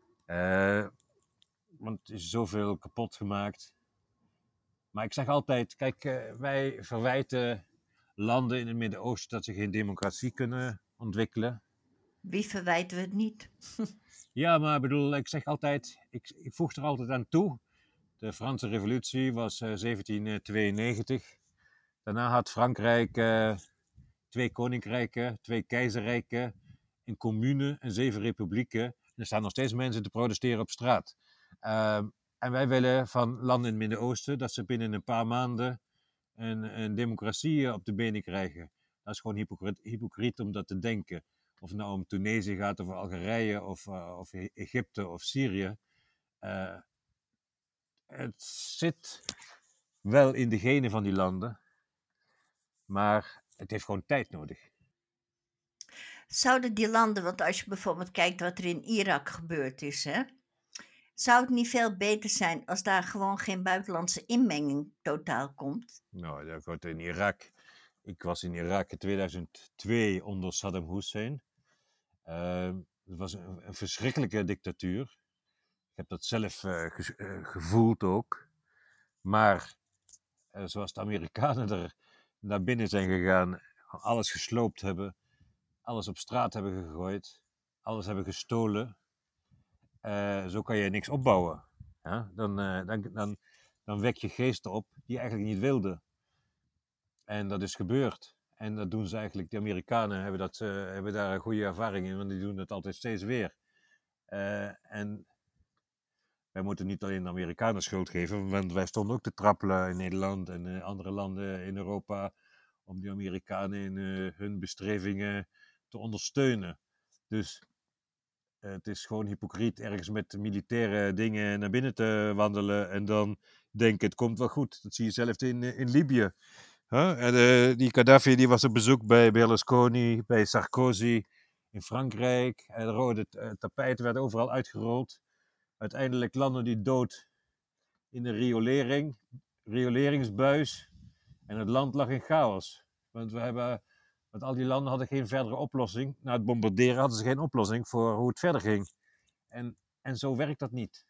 Want er is zoveel kapot gemaakt. Maar ik zeg altijd, kijk, wij verwijten landen in het Midden-Oosten dat ze geen democratie kunnen ontwikkelen. Wie verwijten we het niet? Ja, maar ik bedoel, ik zeg altijd, ik voeg er altijd aan toe. De Franse Revolutie was 1792. Daarna had Frankrijk 2 koninkrijken, 2 keizerrijken, een commune en 7 republieken. En er staan nog steeds mensen te protesteren op straat. En wij willen van landen in het Midden-Oosten dat ze binnen een paar maanden een democratie op de benen krijgen. Dat is gewoon hypocriet om dat te denken. Of het nou om Tunesië gaat, of Algerije, of Egypte of Syrië. Het zit wel in de genen van die landen, maar het heeft gewoon tijd nodig. Zouden die landen, want als je bijvoorbeeld kijkt wat er in Irak gebeurd is, hè, zou het niet veel beter zijn als daar gewoon geen buitenlandse inmenging totaal komt? Nou, dat wordt in Irak. Ik was in Irak in 2002 onder Saddam Hussein. Het was een verschrikkelijke dictatuur. Ik heb dat zelf gevoeld ook. Maar zoals de Amerikanen er naar binnen zijn gegaan, alles gesloopt hebben, alles op straat hebben gegooid, alles hebben gestolen, zo kan je niks opbouwen. Ja? Dan wek je geesten op die je eigenlijk niet wilde. En dat is gebeurd. En dat doen ze eigenlijk, de Amerikanen hebben daar een goede ervaring in, want die doen het altijd steeds weer. En wij moeten niet alleen de Amerikanen schuld geven, want wij stonden ook te trappelen in Nederland en andere landen in Europa om die Amerikanen in hun bestrevingen te ondersteunen. Dus het is gewoon hypocriet ergens met militaire dingen naar binnen te wandelen en dan denken het komt wel goed. Dat zie je zelf in Libië. Huh? En, die Gaddafi die was op bezoek bij Berlusconi, bij Sarkozy in Frankrijk. En het rode tapijt werd overal uitgerold. Uiteindelijk landde die dood in de rioleringsbuis. En het land lag in chaos. Want al die landen hadden geen verdere oplossing. Na het bombarderen hadden ze geen oplossing voor hoe het verder ging. En zo werkt dat niet.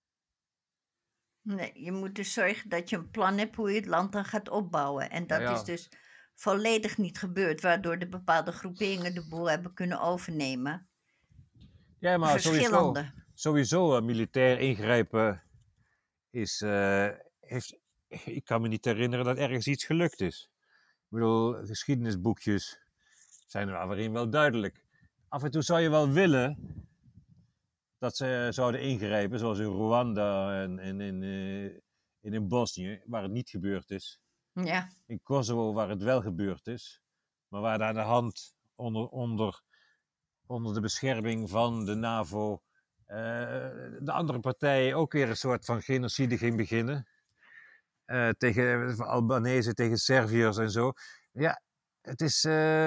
Nee, je moet dus zorgen dat je een plan hebt hoe je het land dan gaat opbouwen. En Nou dat is ja, dus volledig niet gebeurd, waardoor de bepaalde groeperingen de boel hebben kunnen overnemen. ja maar Verschillende. sowieso militair ingrijpen is, ik kan me niet herinneren dat ergens iets gelukt is. Ik bedoel, geschiedenisboekjes zijn er waarin wel duidelijk. Af en toe zou je wel willen dat ze zouden ingrijpen, zoals in Rwanda en in Bosnië, waar het niet gebeurd is. Ja, In Kosovo, waar het wel gebeurd is, maar waar daar de hand onder de bescherming van de NAVO de andere partij ook weer een soort van genocide ging beginnen. Tegen Albanese, tegen Serviërs en zo. Ja, het is.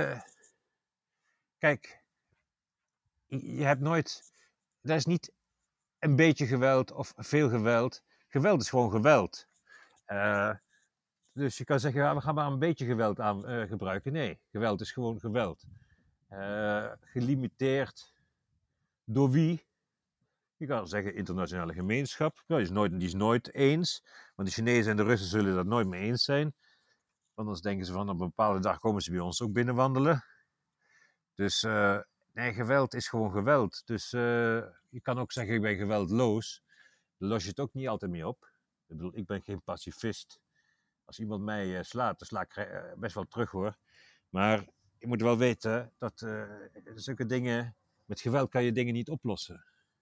Kijk, je hebt nooit. Dat is niet een beetje geweld of veel geweld. Geweld is gewoon geweld. Eh, dus je kan zeggen, ja, we gaan maar een beetje geweld aan gebruiken. Nee, geweld is gewoon geweld. Gelimiteerd door wie? Je kan zeggen internationale gemeenschap. Nou, die is nooit eens. Want de Chinezen en de Russen zullen dat nooit mee eens zijn. Want anders denken ze van op een bepaalde dag komen ze bij ons ook binnenwandelen. Dus nee, geweld is gewoon geweld. Dus je kan ook zeggen ik ben geweldloos. Daar los je het ook niet altijd mee op. Ik bedoel, ik ben geen pacifist. Als iemand mij slaat, dan sla ik best wel terug hoor. Maar je moet wel weten dat zulke dingen, met geweld kan je dingen niet oplossen.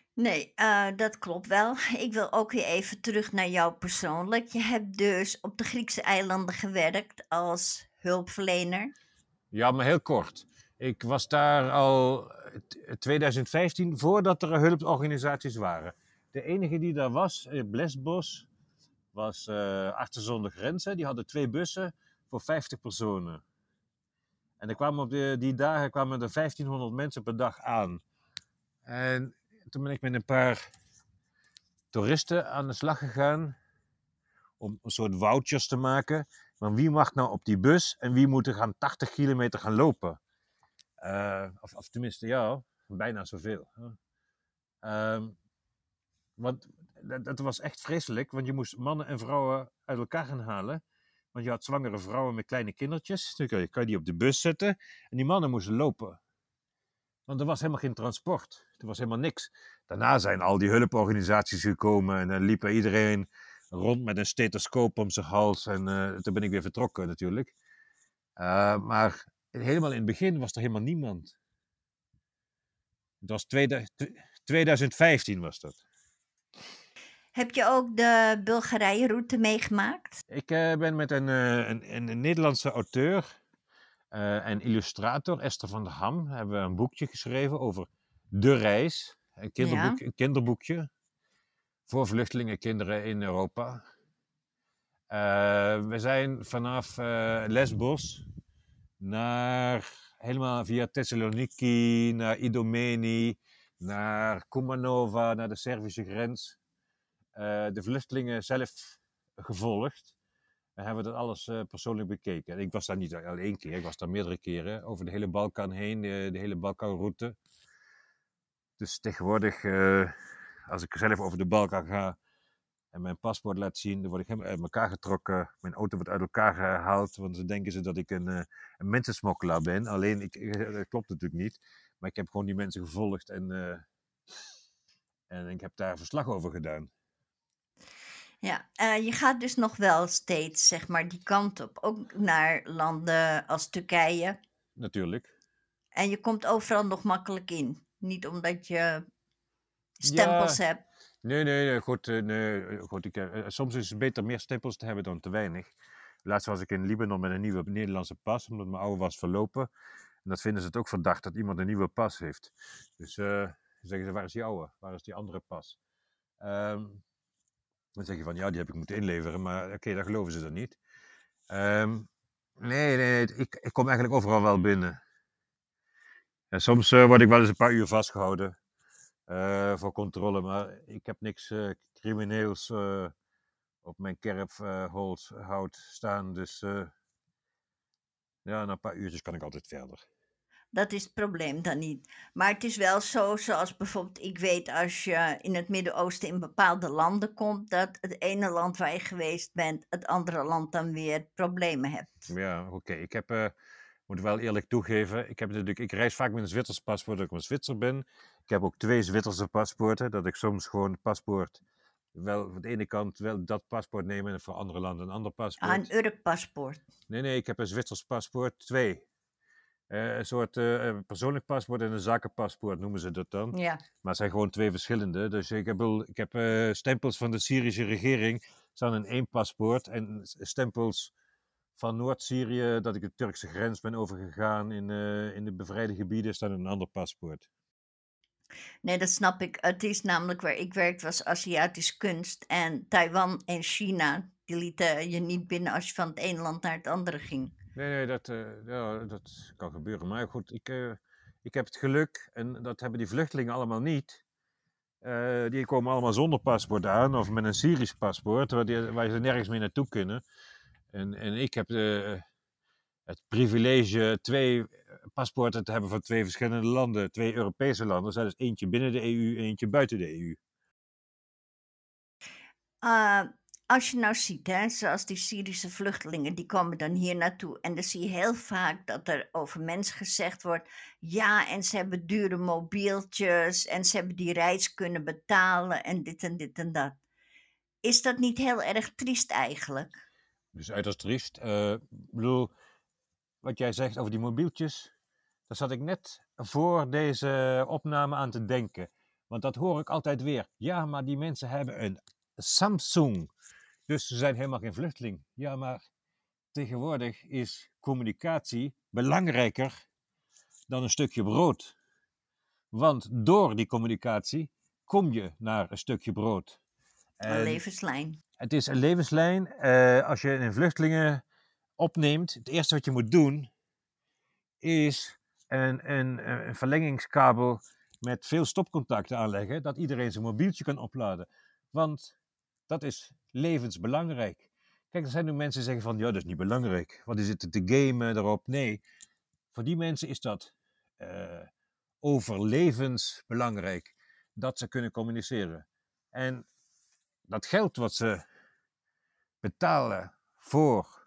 Nee, dat klopt wel. Ik wil ook weer even terug naar jou persoonlijk. Je hebt dus op de Griekse eilanden gewerkt als hulpverlener. Ja, maar heel kort. Ik was daar al 2015, voordat er hulporganisaties waren. De enige die daar was, op Lesbos, was Artsen zonder Grenzen. Die hadden 2 bussen voor 50 personen. En er kwamen die dagen kwamen er 1500 mensen per dag aan. En toen ben ik met een paar toeristen aan de slag gegaan om een soort vouchers te maken. Van wie mag nou op die bus en wie moet er gaan 80 kilometer gaan lopen. Of tenminste, ja, bijna zoveel. Ehm, want dat was echt vreselijk, want je moest mannen en vrouwen uit elkaar gaan halen. Want je had zwangere vrouwen met kleine kindertjes. Dan kan je die op de bus zetten. En die mannen moesten lopen. Want er was helemaal geen transport. Er was helemaal niks. Daarna zijn al die hulporganisaties gekomen. En dan liep iedereen rond met een stethoscoop om zijn hals. En toen ben ik weer vertrokken natuurlijk. Maar helemaal in het begin was er helemaal niemand. Het was 2015 was dat. Heb je ook de Bulgarije-route meegemaakt? Ik ben met een Nederlandse auteur en illustrator, Esther van der Ham, hebben we een boekje geschreven over de reis. Ja. Een kinderboekje voor vluchtelingenkinderen in Europa. We zijn vanaf Lesbos helemaal via Thessaloniki, naar Idomeni, naar Kumanova, naar de Servische grens. De vluchtelingen zelf gevolgd. En hebben we dat alles persoonlijk bekeken. En ik was daar niet al 1 keer, ik was daar meerdere keren over de hele Balkan heen, de hele Balkanroute. Dus tegenwoordig, als ik zelf over de Balkan ga en mijn paspoort laat zien, dan word ik helemaal uit elkaar getrokken. Mijn auto wordt uit elkaar gehaald, want dan denken ze dat ik een mensensmokkelaar ben. Alleen, dat klopt natuurlijk niet. Maar ik heb gewoon die mensen gevolgd en ik heb daar verslag over gedaan. Ja, je gaat dus nog wel steeds, zeg maar, die kant op, ook naar landen als Turkije. Natuurlijk. En je komt overal nog makkelijk in. Niet omdat je stempels Ja, hebt. nee, goed. Goed soms is het beter meer stempels te hebben dan te weinig. Laatst was ik in Libanon met een nieuwe Nederlandse pas, omdat mijn oude was verlopen. En dat vinden ze het ook verdacht dat iemand een nieuwe pas heeft. Dus dan zeggen ze, waar is die oude? Waar is die andere pas? Ehm, dan zeg je van, ja, die heb ik moeten inleveren, maar oké, dat geloven ze dan niet. Ehm, nee, ik kom eigenlijk overal wel binnen. En soms word ik wel eens een paar uur vastgehouden voor controle, maar ik heb niks crimineels op mijn hout staan. Dus ja, na een paar uurtjes kan ik altijd verder. Dat is het probleem dan niet. Maar het is wel zo, zoals bijvoorbeeld ik weet als je in het Midden-Oosten in bepaalde landen komt, dat het ene land waar je geweest bent, het andere land dan weer problemen hebt. Ja, oké. Moet wel eerlijk toegeven, ik reis vaak met een Zwitsers paspoort dat ik een Zwitser ben. Ik heb ook 2 Zwitserse paspoorten, dat ik soms gewoon het paspoort, wel van de ene kant wel dat paspoort nemen en voor andere landen een ander Aan paspoort. een Urk-paspoort. Nee, ik heb een Zwitsers paspoort, 2. Een soort persoonlijk paspoort en een zakenpaspoort noemen ze dat dan. Ja. Maar het zijn gewoon 2 verschillende. Dus ik heb stempels van de Syrische regering staan in 1 paspoort. En stempels van Noord-Syrië, dat ik de Turkse grens ben overgegaan in de bevrijde gebieden, staan in een ander paspoort. Nee, dat snap ik. Het is namelijk waar ik werkte was Aziatisch kunst. En Taiwan en China, die lieten je niet binnen als je van het ene land naar het andere ging. Nee, ja, dat kan gebeuren. Maar goed, ik heb het geluk, en dat hebben die vluchtelingen allemaal niet. Die komen allemaal zonder paspoort aan of met een Syrisch paspoort, waar ze nergens mee naartoe kunnen. En ik heb het privilege 2 paspoorten te hebben van 2 verschillende landen, 2 Europese landen. Dus eentje binnen de EU, eentje buiten de EU. Uh, als je nou ziet, hè, zoals die Syrische vluchtelingen, die komen dan hier naartoe. En dan zie je heel vaak dat er over mensen gezegd wordt, ja, en ze hebben dure mobieltjes en ze hebben die reis kunnen betalen en dit en dit en dat. Is dat niet heel erg triest eigenlijk? Dus uiterst triest. Ik bedoel, wat jij zegt over die mobieltjes, daar zat ik net voor deze opname aan te denken. Want dat hoor ik altijd weer. Ja, maar die mensen hebben een Samsung. Dus ze zijn helemaal geen vluchteling. Ja, maar tegenwoordig is communicatie belangrijker dan een stukje brood. Want door die communicatie kom je naar een stukje brood. Een En levenslijn. het is een levenslijn. Als je een vluchtelingen opneemt, het eerste wat je moet doen is een verlengingskabel met veel stopcontacten aanleggen, dat iedereen zijn mobieltje kan opladen. Want dat is levensbelangrijk. Kijk, er zijn nu mensen die zeggen van, ja, dat is niet belangrijk. Wat is het te gamen erop? Nee, voor die mensen is dat overlevensbelangrijk. Dat ze kunnen communiceren. En dat geld wat ze betalen voor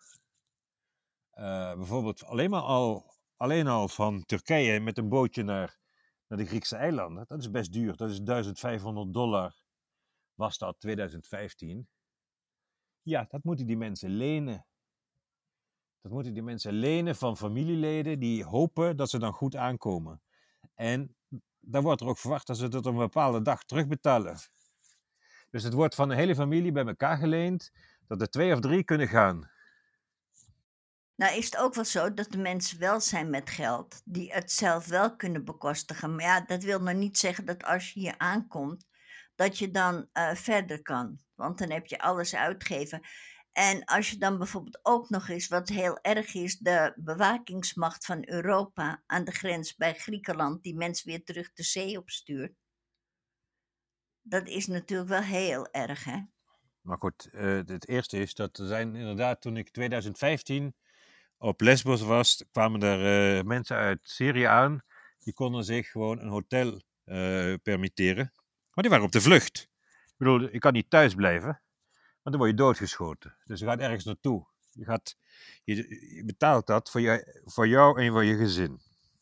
bijvoorbeeld alleen al van Turkije met een bootje naar de Griekse eilanden, dat is best duur. Dat is $1500, was dat 2015. Ja, dat moeten die mensen lenen. Dat moeten die mensen lenen van familieleden die hopen dat ze dan goed aankomen. En dan wordt er ook verwacht dat ze tot een bepaalde dag terugbetalen. Dus het wordt van een hele familie bij elkaar geleend, dat er 2 of 3 kunnen gaan. Nou is het ook wel zo dat de mensen wel zijn met geld, die het zelf wel kunnen bekostigen. Maar ja, dat wil nog niet zeggen dat als je hier aankomt, dat je dan verder kan. Want dan heb je alles uitgegeven. En als je dan bijvoorbeeld ook nog eens, wat heel erg is, de bewakingsmacht van Europa aan de grens bij Griekenland, die mensen weer terug de zee opstuurt. Dat is natuurlijk wel heel erg, hè? Maar goed, het eerste is dat er zijn inderdaad, toen ik 2015 op Lesbos was, kwamen er mensen uit Syrië aan. Die konden zich gewoon een hotel permitteren. Maar die waren op de vlucht. Ik bedoel, je kan niet thuis blijven, want dan word je doodgeschoten. Dus je gaat ergens naartoe. Je betaalt dat voor jou en voor je gezin.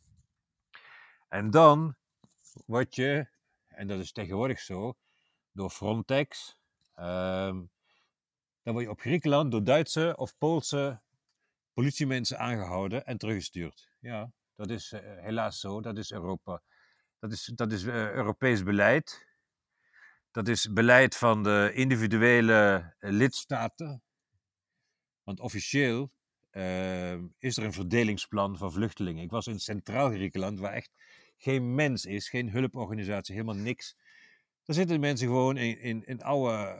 En dan word je, en dat is tegenwoordig zo, door Frontex, ehm, dan word je op Griekenland door Duitse of Poolse politiemensen aangehouden en teruggestuurd. Ja, dat is helaas zo. Dat is Europa. Dat is Europees beleid. Dat is beleid van de individuele lidstaten. Want officieel is er een verdelingsplan van vluchtelingen. Ik was in Centraal Griekenland, waar echt geen mens is, geen hulporganisatie, helemaal niks. Daar zitten mensen gewoon in oude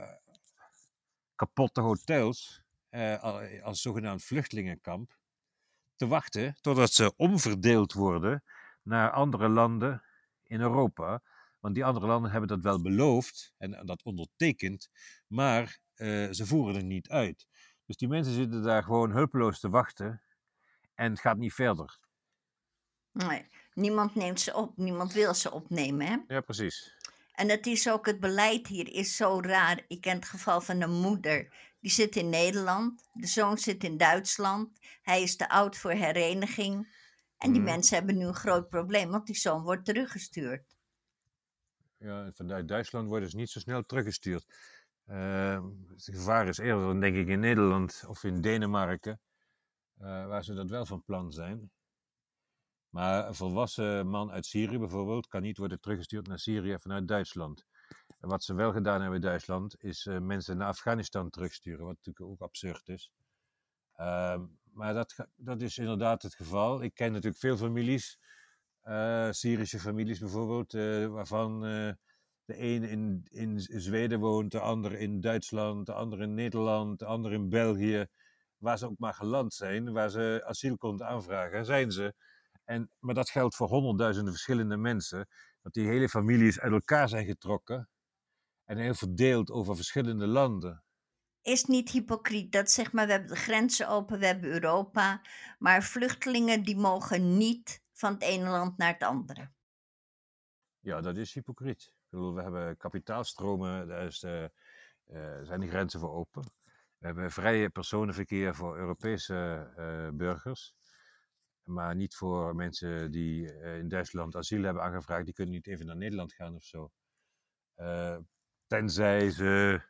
kapotte hotels als zogenaamd vluchtelingenkamp te wachten totdat ze omverdeeld worden naar andere landen in Europa. Want die andere landen hebben dat wel beloofd en dat ondertekend, maar ze voeren het niet uit. Dus die mensen zitten daar gewoon hulpeloos te wachten en het gaat niet verder. Nee, niemand neemt ze op, niemand wil ze opnemen, hè? Ja, precies. En het is ook, het beleid hier is zo raar. Ik ken het geval van een moeder. Die zit in Nederland. De zoon zit in Duitsland. Hij is te oud voor hereniging. En die Mhm. mensen hebben nu een groot probleem, want die zoon wordt teruggestuurd. Ja, vanuit Duitsland worden ze niet zo snel teruggestuurd. Het gevaar is eerder dan denk ik in Nederland of in Denemarken, waar ze dat wel van plan zijn. Maar een volwassen man uit Syrië bijvoorbeeld kan niet worden teruggestuurd naar Syrië vanuit Duitsland. En wat ze wel gedaan hebben in Duitsland is mensen naar Afghanistan terugsturen, wat natuurlijk ook absurd is. Maar dat is inderdaad het geval. Ik ken natuurlijk veel families, Syrische families bijvoorbeeld, waarvan de een in Zweden woont, de ander in Duitsland, de ander in Nederland, de ander in België. Waar ze ook maar geland zijn, waar ze asiel konden aanvragen, zijn ze. Maar dat geldt voor honderdduizenden verschillende mensen. Dat die hele families uit elkaar zijn getrokken en heel verdeeld over verschillende landen. Is niet hypocriet dat zeg maar, we hebben de grenzen open, we hebben Europa, maar vluchtelingen die mogen niet van het ene land naar het andere. Ja, dat is hypocriet. Ik bedoel, we hebben kapitaalstromen, zijn de grenzen voor open. We hebben vrije personenverkeer voor Europese burgers. Maar niet voor mensen die in Duitsland asiel hebben aangevraagd. Die kunnen niet even naar Nederland gaan of zo. Eh, tenzij ze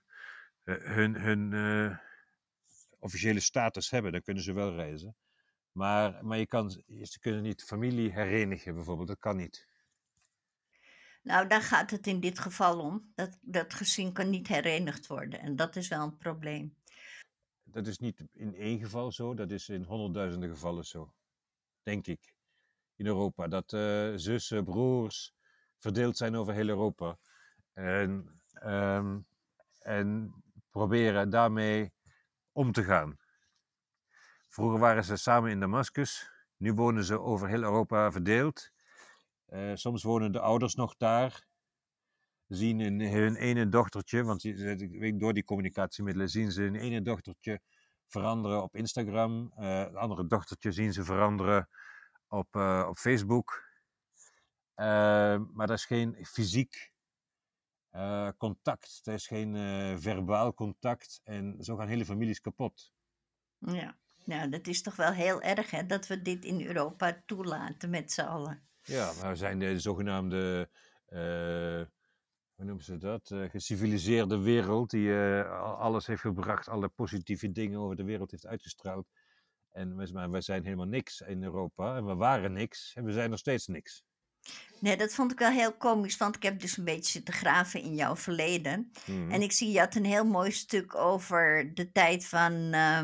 hun officiële status hebben, dan kunnen ze wel reizen. Maar ze kunnen niet familie herenigen bijvoorbeeld, dat kan niet. Nou, daar gaat het in dit geval om. Dat gezin kan niet herenigd worden en dat is wel een probleem. Dat is niet in één geval zo, dat is in honderdduizenden gevallen zo, denk ik. In Europa, dat zussen, broers verdeeld zijn over heel Europa. En, en proberen daarmee om te gaan. Vroeger waren ze samen in Damascus, nu wonen ze over heel Europa verdeeld. Soms wonen de ouders nog daar, zien hun ene dochtertje, want door die communicatiemiddelen zien ze hun ene dochtertje veranderen op Instagram. Het andere dochtertje zien ze veranderen op Facebook. Maar dat is geen fysiek contact, dat is geen verbaal contact. En zo gaan hele families kapot. Ja, nou, dat is toch wel heel erg, hè, dat we dit in Europa toelaten met z'n allen. Ja, maar we zijn de zogenaamde, hoe noemen ze dat? Geciviliseerde wereld, die alles heeft gebracht, alle positieve dingen over de wereld heeft uitgestraald. Maar wij zijn helemaal niks in Europa. En we waren niks en we zijn nog steeds niks. Nee, dat vond ik wel heel komisch, want ik heb dus een beetje zitten graven in jouw verleden. En Mhm. ik zie, je had een heel mooi stuk over de tijd van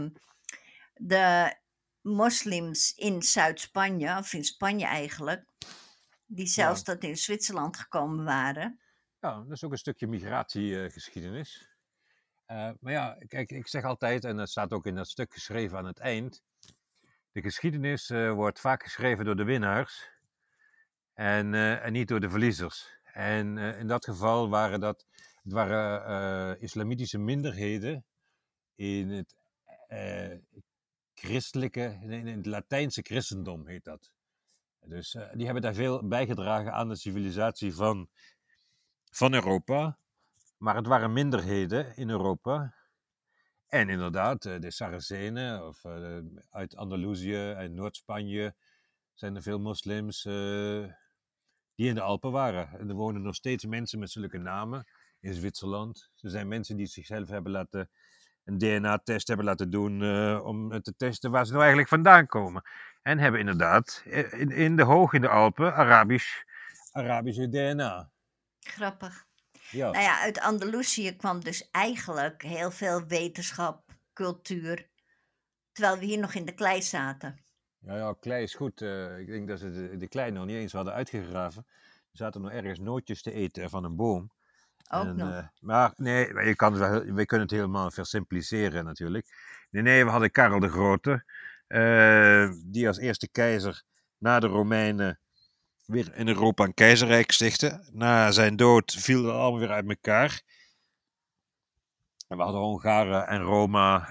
de moslims in Zuid-Spanje, of in Spanje eigenlijk, die zelfs Ja. tot in Zwitserland gekomen waren. Ja, dat is ook een stukje migratiegeschiedenis. Maar ja, kijk, ik zeg altijd, en dat staat ook in dat stuk geschreven aan het eind, de geschiedenis wordt vaak geschreven door de winnaars en niet door de verliezers. En in dat geval het waren islamitische minderheden in het eh, christelijke, in het Latijnse christendom heet dat. Dus die hebben daar veel bijgedragen aan de civilisatie van Europa. Maar het waren minderheden in Europa. En inderdaad, de Saracenen of uit Andalusië en Noord-Spanje zijn er veel moslims die in de Alpen waren. En er wonen nog steeds mensen met zulke namen in Zwitserland. Er zijn mensen die zichzelf hebben een DNA-test hebben laten doen om te testen waar ze nou eigenlijk vandaan komen. En hebben inderdaad in de Alpen Arabische DNA. Grappig. Ja. Nou ja, uit Andalusië kwam dus eigenlijk heel veel wetenschap, cultuur, terwijl we hier nog in de klei zaten. Ja, ja, klei is goed. Ik denk dat ze de klei nog niet eens hadden uitgegraven. Er zaten nog ergens nootjes te eten van een boom. Ook nog. Maar nee, we kunnen het helemaal versimpliceren natuurlijk. Nee, we hadden Karel de Grote, die als eerste keizer na de Romeinen weer in Europa een keizerrijk stichtte. Na zijn dood viel het allemaal weer uit elkaar. En we hadden Hongaren en Roma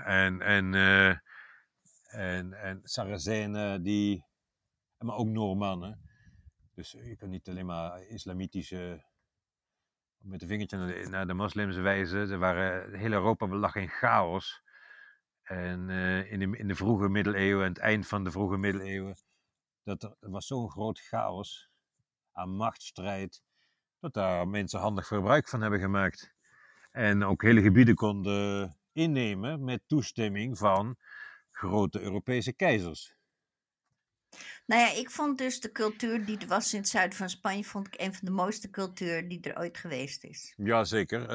en Saracenen, maar ook Noormannen. Dus je kunt niet alleen maar islamitische, met de vingertje naar de moslims wijzen. Heel Europa lag in chaos. En in de vroege middeleeuwen en het eind van de vroege middeleeuwen, er was zo'n groot chaos aan machtsstrijd, dat daar mensen handig gebruik van hebben gemaakt. En ook hele gebieden konden innemen met toestemming van grote Europese keizers. Nou ja, ik vond dus de cultuur die er was in het zuiden van Spanje, vond ik een van de mooiste cultuur die er ooit geweest is. Jazeker.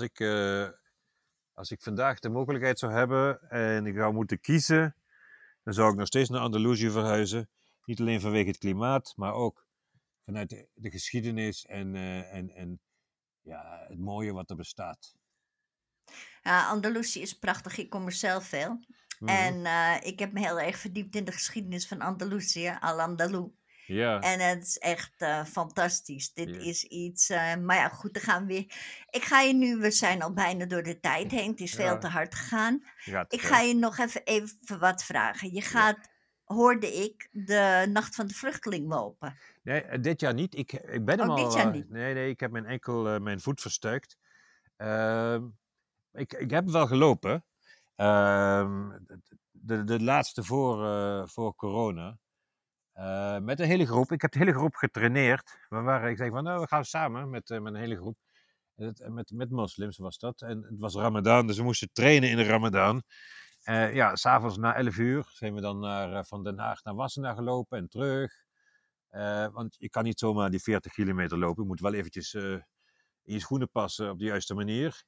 Als ik vandaag de mogelijkheid zou hebben en ik zou moeten kiezen, dan zou ik nog steeds naar Andalusië verhuizen. Niet alleen vanwege het klimaat, maar ook vanuit de geschiedenis en ja, het mooie wat er bestaat. Ja, Andalusië is prachtig, ik kom er zelf veel. Mhm. En ik heb me heel erg verdiept in de geschiedenis van Andalusië, Al-Andalus. Ja, En het is echt fantastisch. Dit ja, is iets. Maar ja, goed, dan gaan we weer. Ik ga je nu, we zijn al bijna door de tijd heen. Het is veel te ja, hard gegaan. gaat te Ik ga ver. je nog even wat vragen. Je Ja. gaat, hoorde ik, de Nacht van de Vluchteling lopen. Nee, dit jaar niet. Ik ben hem Ook dit al. jaar niet. Nee, ik heb mijn voet verstuikt. Ehm, ik heb wel gelopen. Ehm, de laatste voor corona. Met een hele groep. Ik heb de hele groep getraineerd. Ik zei van, nou, we gaan samen met een hele groep. Met moslims was dat. En het was Ramadan, dus we moesten trainen in de Ramadan. Ja, s'avonds na 11 uur zijn we dan van Den Haag naar Wassenaar gelopen en terug. Want je kan niet zomaar die 40 kilometer lopen. Je moet wel eventjes in je schoenen passen op de juiste manier.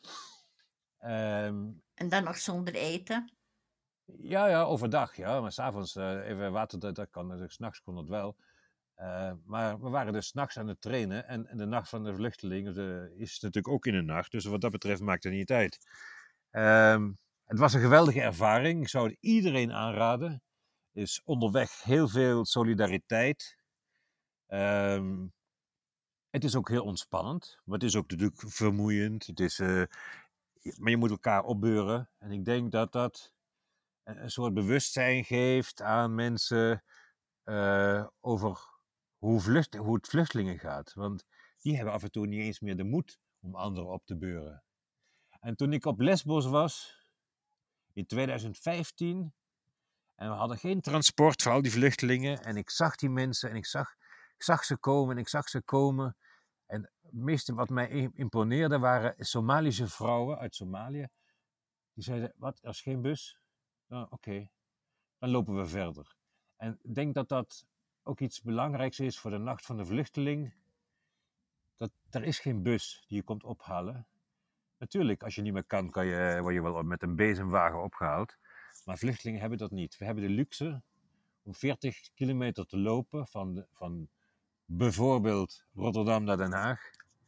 Ehm, En dan nog zonder eten. ja, overdag, ja. Maar s'avonds even water, dat kan natuurlijk. 'S'nachts kon het wel. Maar we waren dus 's nachts aan het trainen. En de nacht van de vluchtelingen is natuurlijk ook in de nacht. Dus wat dat betreft maakt het niet uit. Ehm, het was een geweldige ervaring. Ik zou het iedereen aanraden. Er is onderweg heel veel solidariteit. Ehm, het is ook heel ontspannend. Maar het is ook natuurlijk vermoeiend. Maar je moet elkaar opbeuren. En ik denk dat dat een soort bewustzijn geeft aan mensen over hoe het vluchtelingen gaat. Want die hebben af en toe niet eens meer de moed om anderen op te beuren. En toen ik op Lesbos was, in 2015, en we hadden geen transport voor al die vluchtelingen, en ik zag die mensen en ik zag ze komen en ik zag ze komen. En het meeste wat mij imponeerde waren Somalische vrouwen uit Somalië. Die zeiden, wat, er is geen bus? Nou, oké, dan lopen we verder. En ik denk dat dat ook iets belangrijks is voor de Nacht van de Vluchteling. Dat er is geen bus die je komt ophalen. Natuurlijk, als je niet meer kan, word je wel met een bezemwagen opgehaald. Maar vluchtelingen hebben dat niet. We hebben de luxe om 40 kilometer te lopen van bijvoorbeeld Rotterdam naar Den Haag.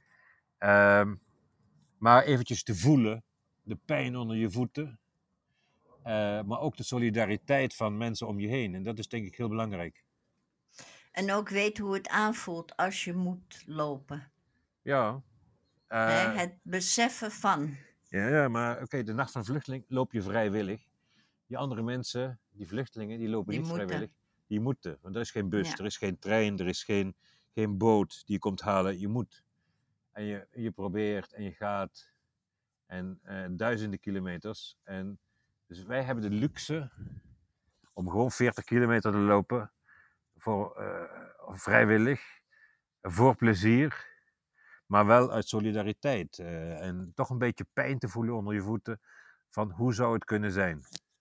Maar eventjes te voelen, de pijn onder je voeten. Maar ook de solidariteit van mensen om je heen. En dat is denk ik heel belangrijk. En ook weten hoe het aanvoelt als je moet lopen. Ja, Hè? uh, Het beseffen van. ja, maar oké, de Nacht van de Vluchteling loop je vrijwillig. Die andere mensen, die vluchtelingen, die lopen Die niet moeten. vrijwillig. Die moeten, want er is geen bus, Ja. er is geen trein, er is geen boot die je komt halen. Je moet. En je probeert en je gaat. En duizenden kilometers. En dus wij hebben de luxe om gewoon 40 kilometer te lopen. Vrijwillig. Voor plezier. Maar wel uit solidariteit. En toch een beetje pijn te voelen onder je voeten. Van hoe zou het kunnen zijn?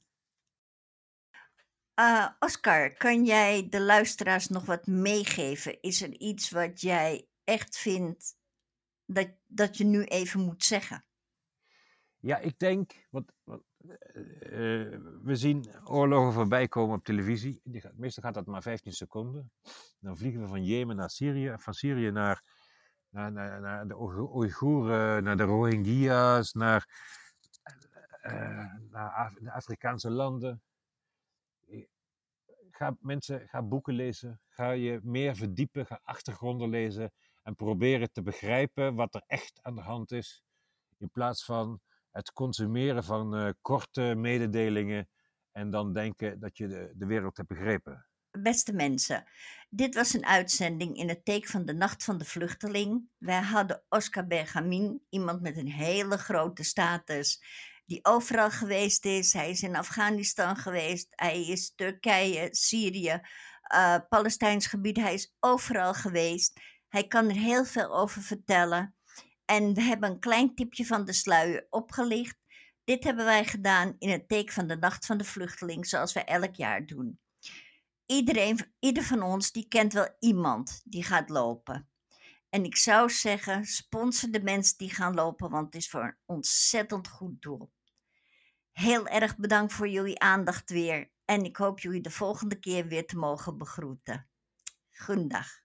Oscar, kan jij de luisteraars nog wat meegeven? Is er iets wat jij echt vindt dat je nu even moet zeggen? Ja, ik denk, we zien oorlogen voorbij komen op televisie. Meestal gaat dat maar 15 seconden. Dan vliegen we van Jemen naar Syrië, van Syrië naar de Oeigoeren, naar de Rohingya's, naar de Afrikaanse landen. Ga boeken lezen, ga je meer verdiepen, ga achtergronden lezen en proberen te begrijpen wat er echt aan de hand is. In plaats van het consumeren van korte mededelingen en dan denken dat je de wereld hebt begrepen. Beste mensen, dit was een uitzending in het teken van de Nacht van de Vluchteling. Wij hadden Oscar Bergamin, iemand met een hele grote status, die overal geweest is. Hij is in Afghanistan geweest, hij is Turkije, Syrië, Palestijns gebied. Hij is overal geweest. Hij kan er heel veel over vertellen. En we hebben een klein tipje van de sluier opgelicht. Dit hebben wij gedaan in het teken van de Nacht van de Vluchteling, zoals wij elk jaar doen. Ieder van ons die kent wel iemand die gaat lopen. En ik zou zeggen, sponsor de mensen die gaan lopen, want het is voor een ontzettend goed doel. Heel erg bedankt voor jullie aandacht weer. En ik hoop jullie de volgende keer weer te mogen begroeten. Goedendag.